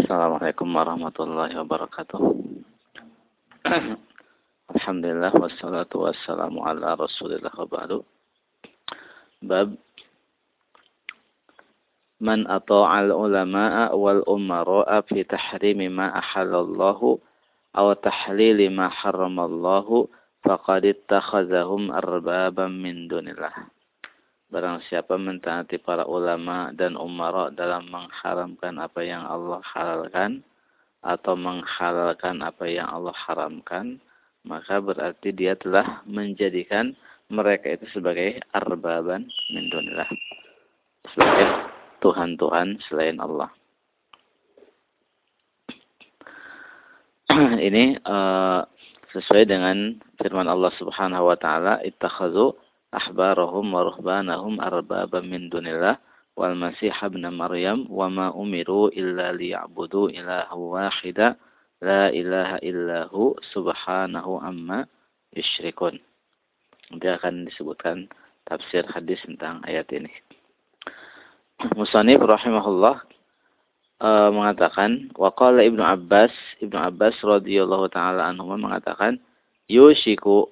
Assalamualaikum warahmatullahi wabarakatuh. Alhamdulillah wassalatu wassalamu ala Rasulillah wa ba'du. Bab man ata'al ulama'a wal umara'a fi tahrimi ma ahallallahu aw tahlili ma harramallahu faqad ittakhadzahum arbaban min dunillah. Barang siapa mentaati para ulama dan umara dalam mengharamkan apa yang Allah halalkan atau menghalalkan apa yang Allah haramkan, maka berarti dia telah menjadikan mereka itu sebagai arbaban min dunillah, sebagai Tuhan-Tuhan selain Allah. Ini sesuai dengan firman Allah Subhanahu wa taala, ittakhadhu ahbarahum wa ruhbanahum arbaban min dunillah wal masih ibn maryam wa ma umiru illa liya'budu ilaha wahida la ilaha illahu subhanahu amma yusyrikun. Dia akan disebutkan tafsir hadis tentang ayat ini. Musannif rahimahullah mengatakan, waqala Ibnu Abbas radhiyallahu taala anhu mengatakan, yushiku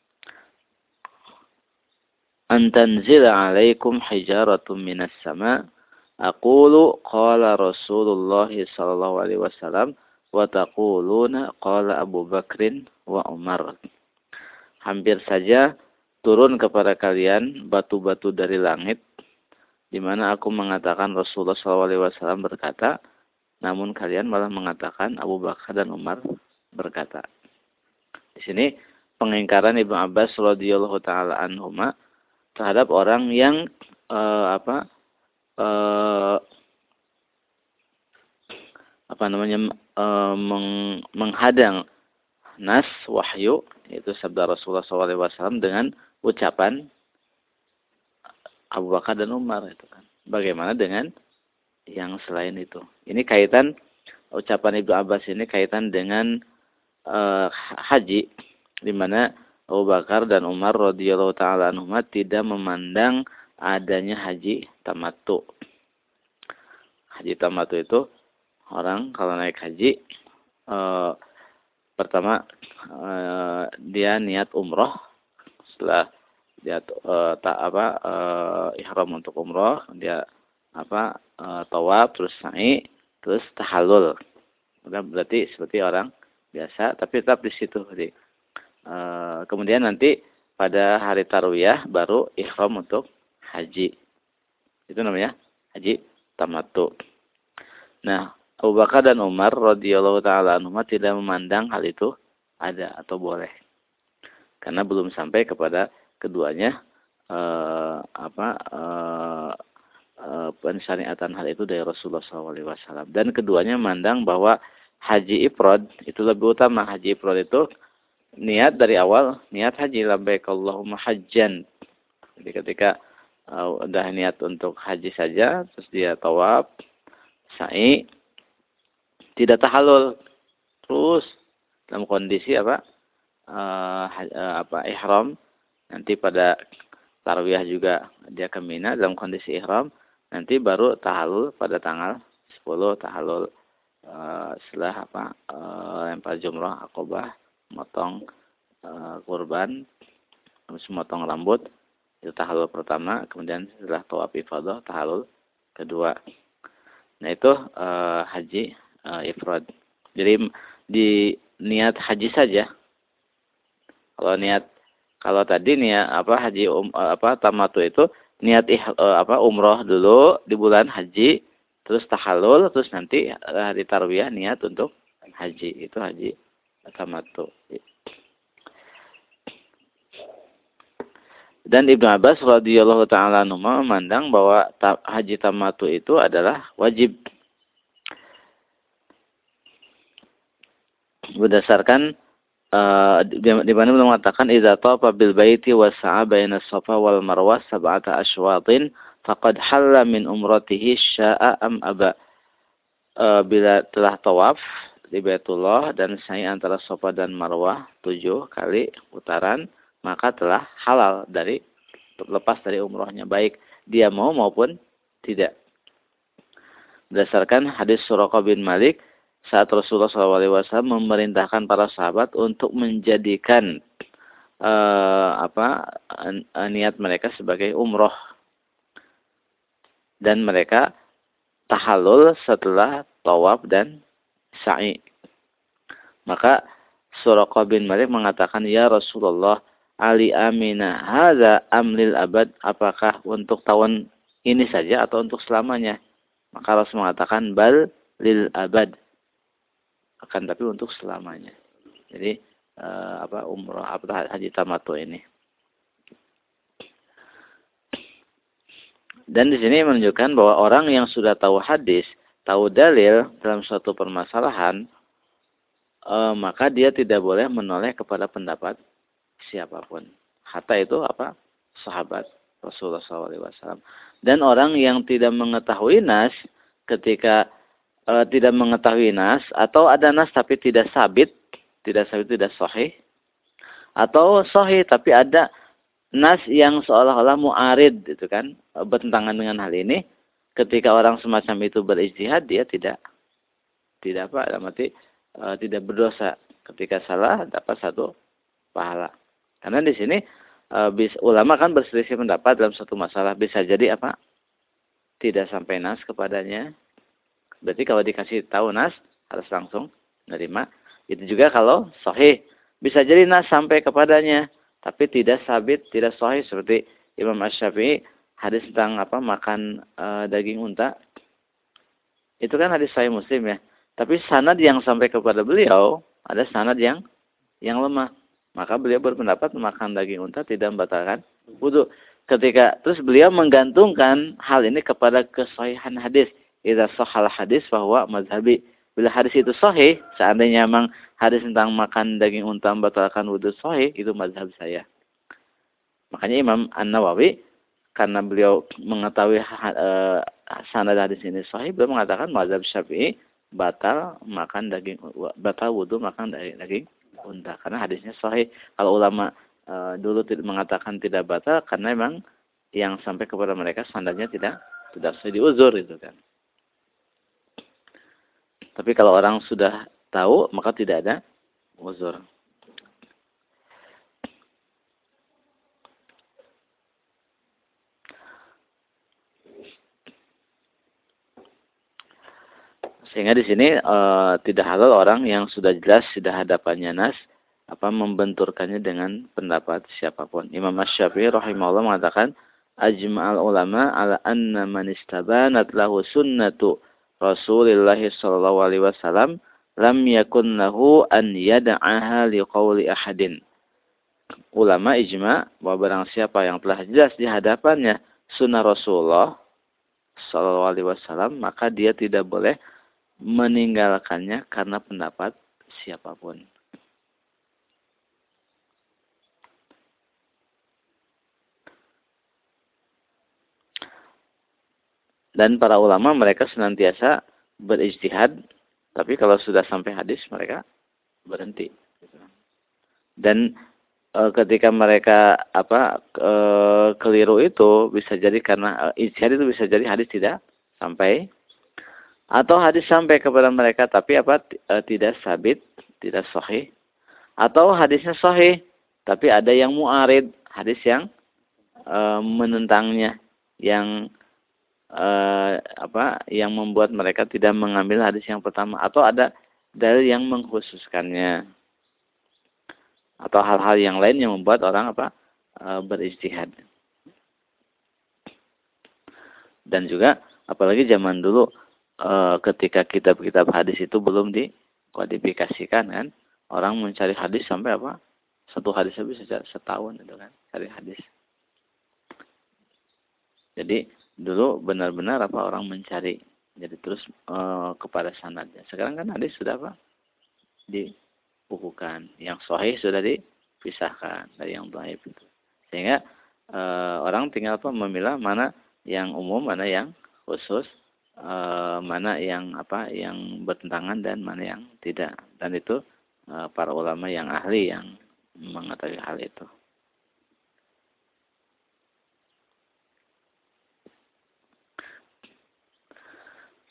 an tanzila alaikum hijaratun minas sama' aqulu qala Rasulullah sallallahu alaihi wasallam wa taquluna qala Abu Bakrin wa Umar. Hampir saja turun kepada kalian batu-batu dari langit, di mana aku mengatakan Rasulullah sallallahu alaihi wasallam berkata, namun kalian malah mengatakan Abu Bakar dan Umar berkata. Di sini pengingkaran Ibnu Abbas radhiyallahu taala anhuma terhadap orang yang menghadang nas wahyu, yaitu sabda Rasulullah SAW dengan ucapan Abu Bakar dan Umar itu kan. Bagaimana dengan yang selain itu? Ini kaitan ucapan Ibnu Abbas ini kaitan dengan haji, di mana Abu Bakar dan Umar radhiyallahu taala anhuma tidak memandang adanya haji tamattu. Haji tamattu itu orang kalau naik haji pertama dia niat umroh, setelah dia ihram untuk umroh, dia tawaf, terus sa'i, terus tahallul. Berarti seperti orang biasa, tapi tetap di situ. Kemudian nanti pada hari tarwiyah baru ihram untuk haji. Itu namanya haji tamattu. Nah, Abu Bakar dan Umar radhiyallahu taala anhuma tidak memandang hal itu ada atau boleh. Karena belum sampai kepada keduanya pensyariatan hal itu dari Rasulullah SAW. Dan keduanya memandang bahwa haji ifrad itu lebih utama. Haji ifrad itu niat dari awal, niat haji, labbaik Allahumma hajjan. Jadi ketika udah niat untuk haji saja, terus dia tawaf, sa'i, tidak tahallul, terus dalam kondisi ihram, nanti pada tarwiyah juga dia ke Mina dalam kondisi ihram, nanti baru tahallul pada tanggal 10 tahallul setelah lempar jumrah Aqabah, motong kurban, terus motong rambut, itu tahallul pertama. Kemudian setelah tawaf ifadah, tahallul kedua. Nah itu haji ifrad. Jadi di niat haji saja. Kalau tadi niat haji tamattu itu niat umroh dulu di bulan haji, terus tahallul, terus nanti hari tarwiyah niat untuk haji. Itu haji tamattu. Dan Ibnu Abbas radhiyallahu taala anhu memandang bahwa haji tamattu itu adalah wajib. Berdasarkan di mana mengatakan idza tafa bil baiti wa sa'a baina safa wal marwah sab'ata asywatin faqad halla min umratihi sya'a am aba. Bila telah tawaf di Baitullah dan sa'i antara Safa dan Marwah 7 kali putaran, maka telah halal lepas dari umrohnya, baik dia mau maupun tidak. berdasarkan hadis Suraqah bin Malik saat Rasulullah SAW memerintahkan para sahabat untuk menjadikan niat mereka sebagai umroh, dan mereka tahallul setelah tawaf dan sa'i. Maka Suraqah bin Malik mengatakan, "Ya Rasulullah, ali amina hadza amlil abad?" Apakah untuk tahun ini saja atau untuk selamanya? Maka Rasul mengatakan, "Bal lil abad." Akan tapi untuk selamanya. Jadi umrah haji tamattu ini. Dan di sini menunjukkan bahwa orang yang sudah tahu hadis, tahu dalil dalam suatu permasalahan, maka dia tidak boleh menoleh kepada pendapat siapapun. Hatta itu sahabat Rasulullah SAW. Dan orang yang tidak mengetahui nas, ketika tidak mengetahui nas, atau ada nas tapi tidak sabit, tidak sahih, atau sahih tapi ada nas yang seolah-olah mu'arid, itu kan, bertentangan dengan hal ini. Ketika orang semacam itu berijtihad, dia tidak tidak berdosa. Ketika salah dapat satu pahala. Karena di sini ulama kan berselisih pendapat dalam satu masalah, bisa jadi tidak sampai nas kepadanya. Berarti kalau dikasih tahu nas harus langsung menerima. Itu juga kalau sahih, bisa jadi nas sampai kepadanya tapi tidak sabit, tidak sahih, seperti Imam Asy-Syafi'i hadis tentang makan daging unta. Itu kan hadis sahih Muslim ya. Tapi sanad yang sampai kepada beliau ada sanad yang lemah. Maka beliau berpendapat makan daging unta tidak membatalkan wudu. Terus beliau menggantungkan hal ini kepada kesahihan hadis. Idza shahhal hadis bahwa mazhabi. Bila hadis itu sahih, seandainya memang hadis tentang makan daging unta membatalkan wudu sahih, itu mazhab saya. Makanya Imam An-Nawawi, karena beliau mengetahui sanad hadis ini sahih, beliau mengatakan mazhab Syafi'i batal wudu makan daging unta karena hadisnya sahih. Kalau ulama dulu mengatakan tidak batal karena memang yang sampai kepada mereka sanadnya tidak sahih, diuzur itu kan. Tapi kalau orang sudah tahu, maka tidak ada uzur. Sehingga di sini tidak halal orang yang sudah jelas sudah hadapannya nas membenturkannya dengan pendapat siapapun. Imam Asy-Syafi'i rahimahullah mengatakan, ajma'al ulama ala anna man istabanat lahu sunnatu Rasulullah sallallahu alaihi wasallam lam yakun lahu an yad'aha liqauli ahadin. Ulama ijma bahwa barang siapa yang telah jelas di hadapannya sunnah Rasulullah sallallahu alaihi wasallam, maka dia tidak boleh meninggalkannya karena pendapat siapapun. Dan para ulama mereka senantiasa berijtihad, tapi kalau sudah sampai hadis mereka berhenti. Dan ketika mereka keliru itu bisa jadi karena ijtihad itu bisa jadi hadis tidak sampai, atau hadis sampai kepada mereka tapi tidak sabit, tidak sahih, atau hadisnya sahih tapi ada yang mu'arid, hadis yang menentangnya, yang yang membuat mereka tidak mengambil hadis yang pertama, atau ada dalil yang mengkhususkannya, atau hal-hal yang lain yang membuat orang berijtihad. Dan juga apalagi zaman dulu ketika kitab-kitab hadis itu belum dikodifikasikan kan, orang mencari hadis sampai satu hadis bisa setahun itu kan cari hadis. Jadi dulu benar-benar orang mencari, jadi terus kepada sanadnya. Sekarang kan hadis sudah dibukukan, yang sahih sudah dipisahkan dari yang dhaif itu. Sehingga orang tinggal memilah mana yang umum, mana yang khusus, mana yang yang bertentangan dan mana yang tidak. Dan itu para ulama yang ahli yang mengetahui hal itu.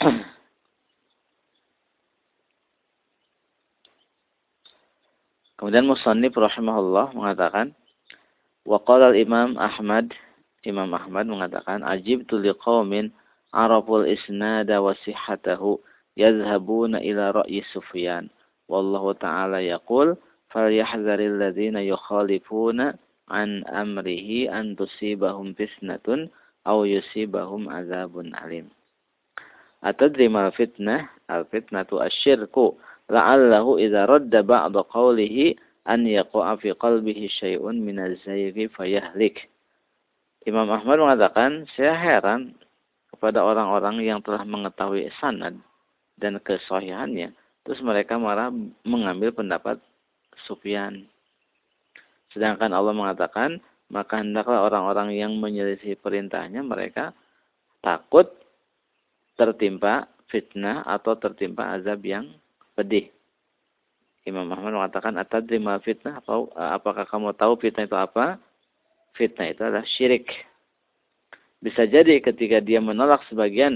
Kemudian musannif rahimahullah mengatakan, wa qala al-Imam Ahmad, Imam Ahmad mengatakan, ajibtu liqaumin araful isnada wa sihhatahu yadhhabuna ila ra'yi Sufyan. Wallahu ta'ala yaqul, falyahzaril ladzina yukhalifuna an amrihi an tusibahum fitnatun aw yusibahum azabun alim. Atadri mal fitnah? Al-fitnatu asyirku. La'allahu idza radda ba'da qawlihi an yaqa'a fi qalbihi syai'un minaz-zayghi fayahlik. Imam Ahmad mengatakan, saya heran kepada orang-orang yang telah mengetahui sanad dan kesahihannya, terus mereka malah mengambil pendapat Sufyan. Sedangkan Allah mengatakan, maka hendaklah orang-orang yang menyelisih perintahnya, mereka takut tertimpa fitnah atau tertimpa azab yang pedih. Imam Ahmad mengatakan, atadri ma fitnah? Apakah kamu tahu fitnah itu apa? Fitnah itu adalah syirik. Bisa jadi ketika dia menolak sebagian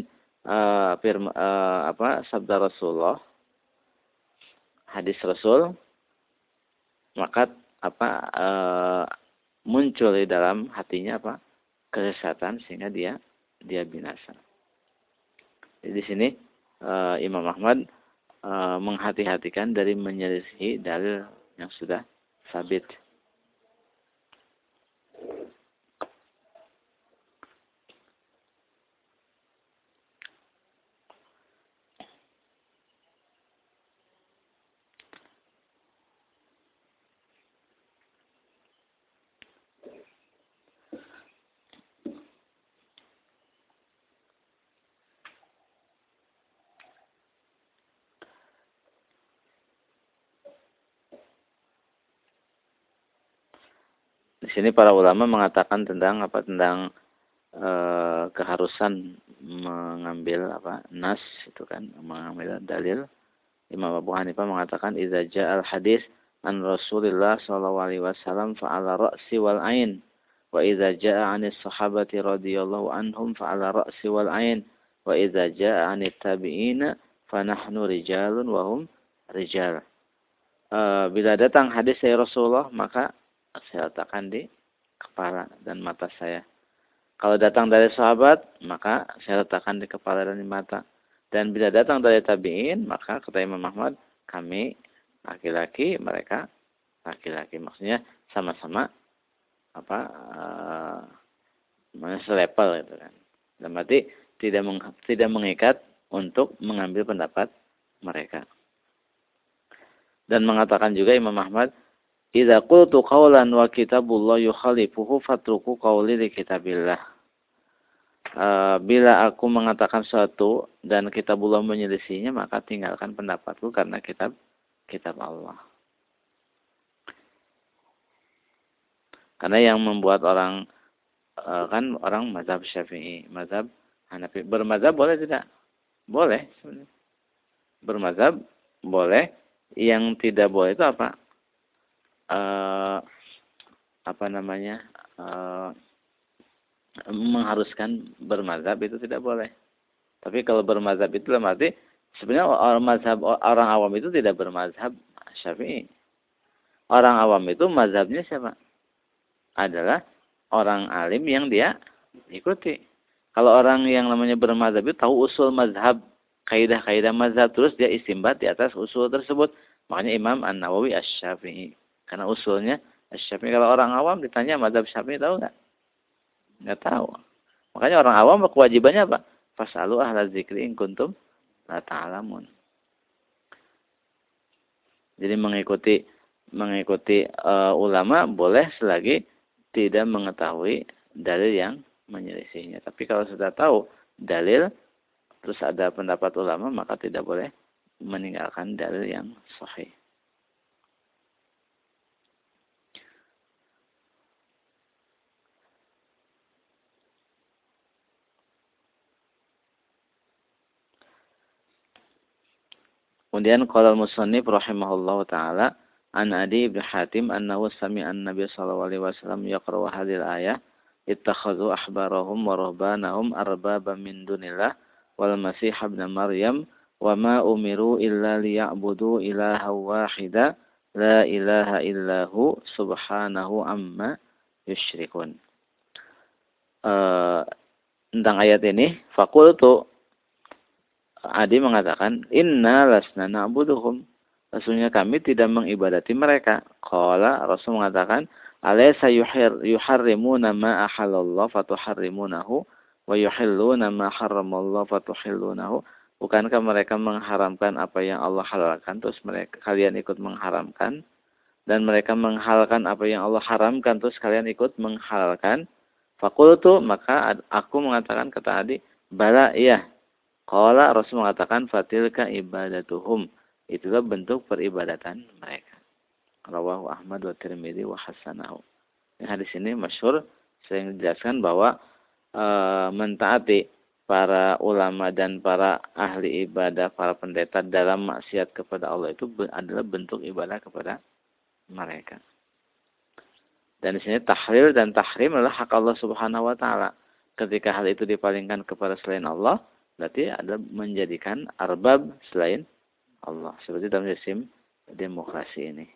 sabda Rasulullah, hadis Rasul, maka muncul di dalam hatinya kesesatan sehingga dia binasa. Jadi di sini Imam Ahmad menghati-hatikan dari menyelisihi dalil yang sudah sabit. Di sini para ulama mengatakan tentang keharusan mengambil nas itu kan, mengambil dalil. Imam Abu Hanifah mengatakan idza ja'al hadis an Rasulillah sallallahu alaihi wasallam fa ala ra'si wal ain wa idza ja'a 'anis sahabati radhiyallahu anhum fa ala ra'si wal ain wa idza ja'a 'anit tabi'in fa nahnu rijalun wa hum rijal. Bila datang hadis dari Rasulullah, maka saya letakkan di kepala dan mata saya. Kalau datang dari sahabat, maka saya letakkan di kepala dan di mata. Dan bila datang dari tabi'in, maka kata Imam Ahmad, kami laki-laki, mereka laki-laki. Maksudnya sama-sama selevel gitu kan. Dan berarti tidak mengikat untuk mengambil pendapat mereka. Dan mengatakan juga Imam Ahmad, idza qultu qawlan wa kitabullah yukhalifuhu fatruku qawli li kitabillah. Bila aku mengatakan sesuatu dan kitabullah menyelisihinya, maka tinggalkan pendapatku karena kitab Allah. Karena yang membuat orang kan orang mazhab Syafi'i, mazhab Hanafi. Bermazhab boleh tidak? Boleh sebenarnya. Bermazhab boleh. Yang tidak boleh itu apa? Mengharuskan bermazhab itu tidak boleh. Tapi kalau bermazhab itu berarti sebenarnya orang awam itu tidak bermazhab Syafi'i. Orang awam itu mazhabnya siapa? Adalah orang alim yang dia ikuti. Kalau orang yang namanya bermazhab itu tahu usul mazhab, kaidah-kaidah mazhab, terus dia istimbat di atas usul tersebut. Makanya Imam An-Nawawi Asy-Syafi'i. Karena usulnya Asy-Syafi'i. Kalau orang awam ditanya mazhab Syafi'i tahu nggak? Nggak tahu. Makanya orang awam kewajibannya apa? Fas'alu ahla dzikri in kuntum la ta'lamun. Jadi mengikuti ulama boleh selagi tidak mengetahui dalil yang menyelisihinya. Tapi kalau sudah tahu dalil terus ada pendapat ulama, maka tidak boleh meninggalkan dalil yang sahih. Kemudian qala al-musannif rahimahullahu taala an Adi bin Hatim annahu sami'a an-nabiy sallallahu alaihi wasallam yaqra'u hadhil ayah ittakhadhu ahbarahum wa ruhbanahum arbaban min dunillah wal Masih ibn Maryam wa ma umiru illa liya'budu ilaha wahida la ilaha illahu subhanahu amma yusyrikun. Tentang ayat ini, faqultu, Adi mengatakan, inna lasna na'buduhum. Sesungguhnya kami tidak mengibadati mereka. Qala, Rasul mengatakan, alaysa yuharrimuna ma ahallallah fatuharrimunahu wa yuhilluna ma harramallah fatuhillunahu. Bukankah mereka mengharamkan apa yang Allah halalkan, terus kalian ikut mengharamkan, dan mereka menghalalkan apa yang Allah haramkan, terus kalian ikut menghalalkan. Fakultu, maka aku mengatakan, kata Adi, bala iya. Qala, Rasul mengatakan, fatilka ibadatuhum. Itulah bentuk peribadatan mereka. Rawahu Ahmad wa Tirmidzi wa hasanahu. Hadis ini masyhur, sering dijelaskan bahwa mentaati para ulama dan para ahli ibadah, para pendeta dalam maksiat kepada Allah itu adalah bentuk ibadah kepada mereka. Dan di sini tahlil dan tahrim adalah hak Allah Subhanahu wa taala. Ketika hal itu dipalingkan kepada selain Allah, berarti ada menjadikan arbab selain Allah. Seperti dalam sistem demokrasi ini.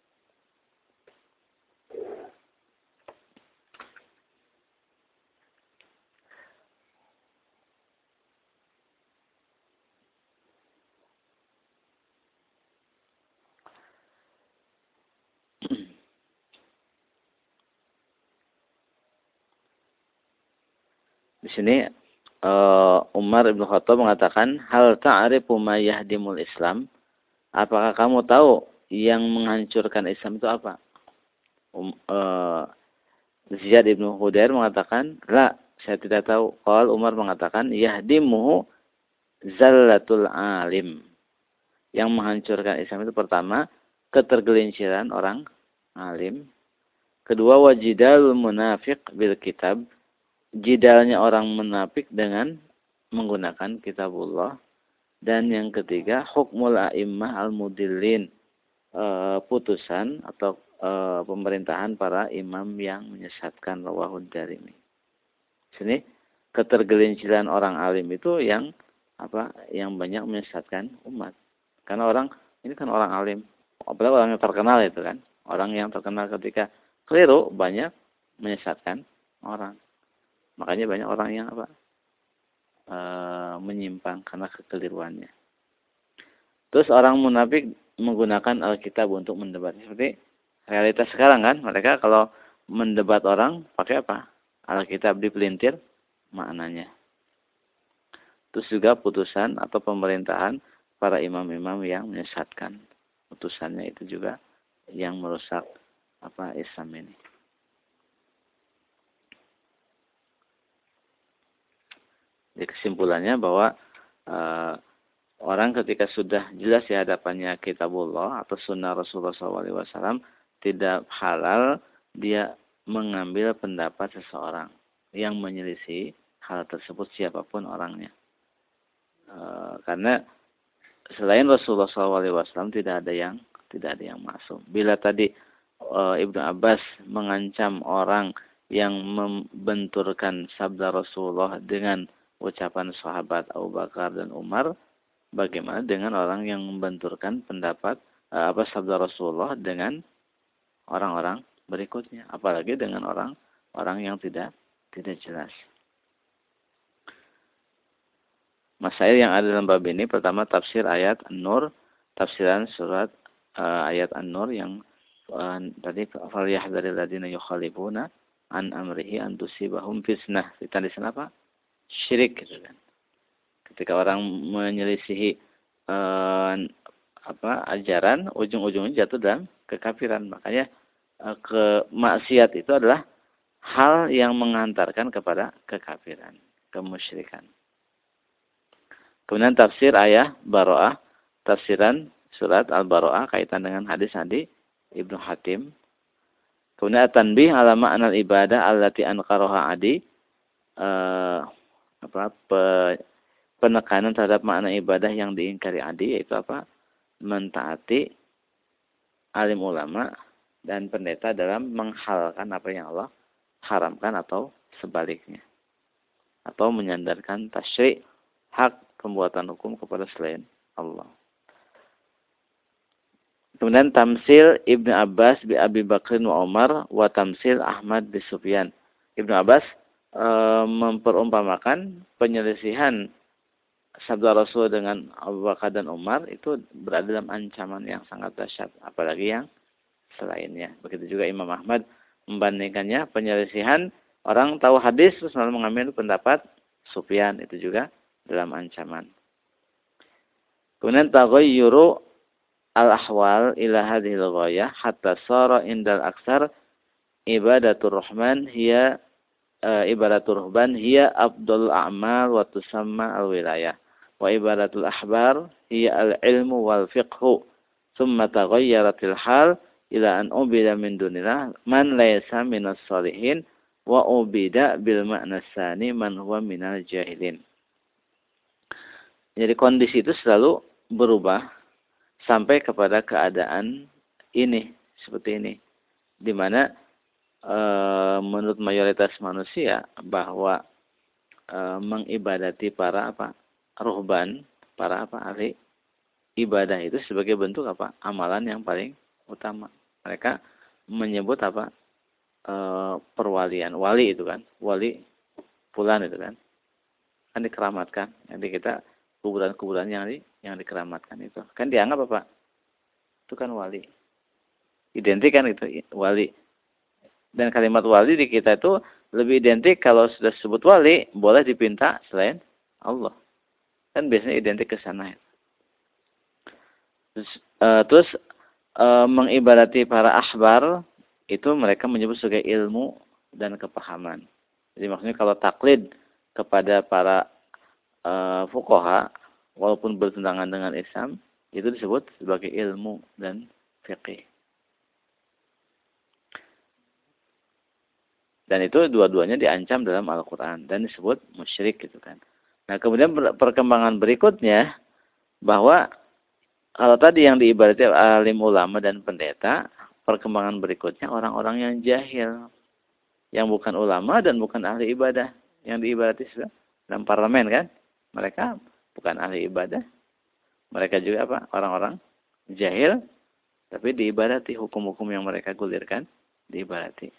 Di sini Umar bin Khattab mengatakan, hal ta'rifu ma yahdimul Islam? Apakah kamu tahu yang menghancurkan Islam itu apa? Ziyad bin Hudair mengatakan, la, saya tidak tahu. Qal, Umar mengatakan, yahdimuhu zallatul alim. Yang menghancurkan Islam itu pertama, ketergelinciran orang alim. Kedua, wajidalul munafiq bil kitab. Jidalnya orang munafik dengan menggunakan kitabullah. Dan yang ketiga, hukmul a'immah al-mudillin. Putusan atau pemerintahan para imam yang menyesatkan. Rawahud Darimi. Sini ketergelinciran orang alim itu yang banyak menyesatkan umat. Karena orang ini kan orang alim, apalagi orang yang terkenal itu kan. Orang yang terkenal ketika keliru banyak menyesatkan orang. Makanya banyak orang yang menyimpang karena kekeliruannya. Terus orang munafik menggunakan Alkitab untuk mendebat. Seperti realitas sekarang kan, mereka kalau mendebat orang pakai apa? Alkitab dipelintir maknanya. Terus juga putusan atau pemerintahan para imam-imam yang menyesatkan. Putusannya itu juga yang merusak Islam ini. Jadi kesimpulannya bahwa orang ketika sudah jelas di hadapannya kitabullah atau sunnah Rasulullah SAW, tidak halal dia mengambil pendapat seseorang yang menyelisih hal tersebut siapapun orangnya. Karena selain Rasulullah SAW tidak ada yang masuk. Bila tadi Ibnu Abbas mengancam orang yang membenturkan sabda Rasulullah dengan ucapan sahabat Abu Bakar dan Umar, bagaimana dengan orang yang membenturkan pendapat sabda Rasulullah dengan orang-orang berikutnya, apalagi dengan orang yang tidak jelas. Masail yang ada dalam bab ini, pertama tafsir ayat An-Nur, tafsiran surat ayat An-Nur yang tadi falyahdharil ladzina yukhalifuna an amrihi an tusibahum fitnah. Fitnah di sana apa? Syirik gitu kan. Ketika orang menyelisihi ajaran, ujung-ujungnya jatuh dalam kekafiran. Makanya maksiat itu adalah hal yang mengantarkan kepada kekafiran, kemusyrikan. Kemudian tafsir ayat Baro'ah, tafsiran surat Al-Baro'ah kaitan dengan hadis Adi Ibnu Hatim. Kemudian tanbih ala ma'nal ibadah allati anqaraha Adi, penekanan terhadap makna ibadah yang diingkari Adi, yaitu mentaati alim ulama dan pendeta dalam menghalalkan apa yang Allah haramkan atau sebaliknya, atau menyandarkan tasyri' hak pembuatan hukum kepada selain Allah. Kemudian tamsil Ibnu Abbas bi Abi Bakrin wa Umar wa tamsil Ahmad bi Sufyan. Ibnu Abbas memperumpamakan penyelisihan sabda Rasul dengan Abu Bakar dan Umar itu berada dalam ancaman yang sangat dahsyat, apalagi yang selainnya. Begitu juga Imam Ahmad membandingkannya penyelisihan orang tahu hadis terus lalu mengambil pendapat Sufyan, itu juga dalam ancaman. Kemudian taghayyuru al-ahwal ila hadhil ghayah hatta sara indal aksar ibadatur rahman hiya ibadatur ruhban hiya afdalul a'mal wa tusamma al-wilayah wa ibadatul ahbar hiya al-ilmu wal fiqhu thumma taghayyaratil hal ila an ubida min dunillah man laysa minas salihin wa ubida bil ma'na tsani man huwa minal jahilin. Jadi kondisi itu selalu berubah sampai kepada keadaan ini, seperti ini, di mana menurut mayoritas manusia bahwa mengibadati para ruhban, para ahli ibadah itu sebagai bentuk amalan yang paling utama. Mereka menyebut perwalian, wali itu kan, wali fulan itu kan dikeramatkan. Jadi kita kuburan-kuburan yang dikeramatkan itu kan dianggap itu kan wali, identik kan itu wali. Dan kalimat wali di kita itu lebih identik kalau sudah sebut wali boleh dipinta selain Allah, kan biasanya identik ke sana. Terus mengibadati para ahbar itu mereka menyebut sebagai ilmu dan kepahaman. Jadi maksudnya kalau taklid kepada para fuqaha walaupun bertentangan dengan Islam itu disebut sebagai ilmu dan fiqih. Dan itu dua-duanya diancam dalam Al-Quran dan disebut musyrik gitu kan. Nah kemudian perkembangan berikutnya bahwa kalau tadi yang diibadati alim ulama dan pendeta, perkembangan berikutnya orang-orang yang jahil, yang bukan ulama dan bukan ahli ibadah, yang diibadati dalam parlemen kan, mereka bukan ahli ibadah, mereka juga orang-orang jahil, tapi diibadati hukum-hukum yang mereka gulirkan diibadati.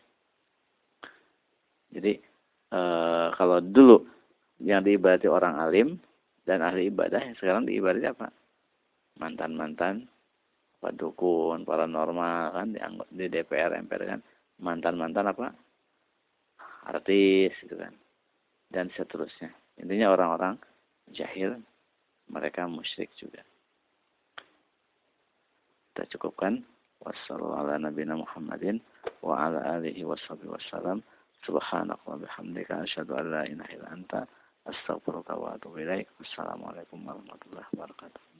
Jadi kalau dulu yang diibadati orang alim dan ahli ibadah, sekarang diibadati mantan-mantan dukun, paranormal kan di DPR, MPR kan, mantan-mantan artis gitu kan, dan seterusnya. Intinya orang-orang jahil, mereka musyrik juga. Kita cukupkan. Wassalamualaikum warahmatullahi wabarakatuh wa ala alihi wasallam. Subhanaka wa bihamdika asyhadu an la ilaha illa anta astaghfiruka wa atubu ilaik. Wassalamualaikum warahmatullahi wabarakatuh.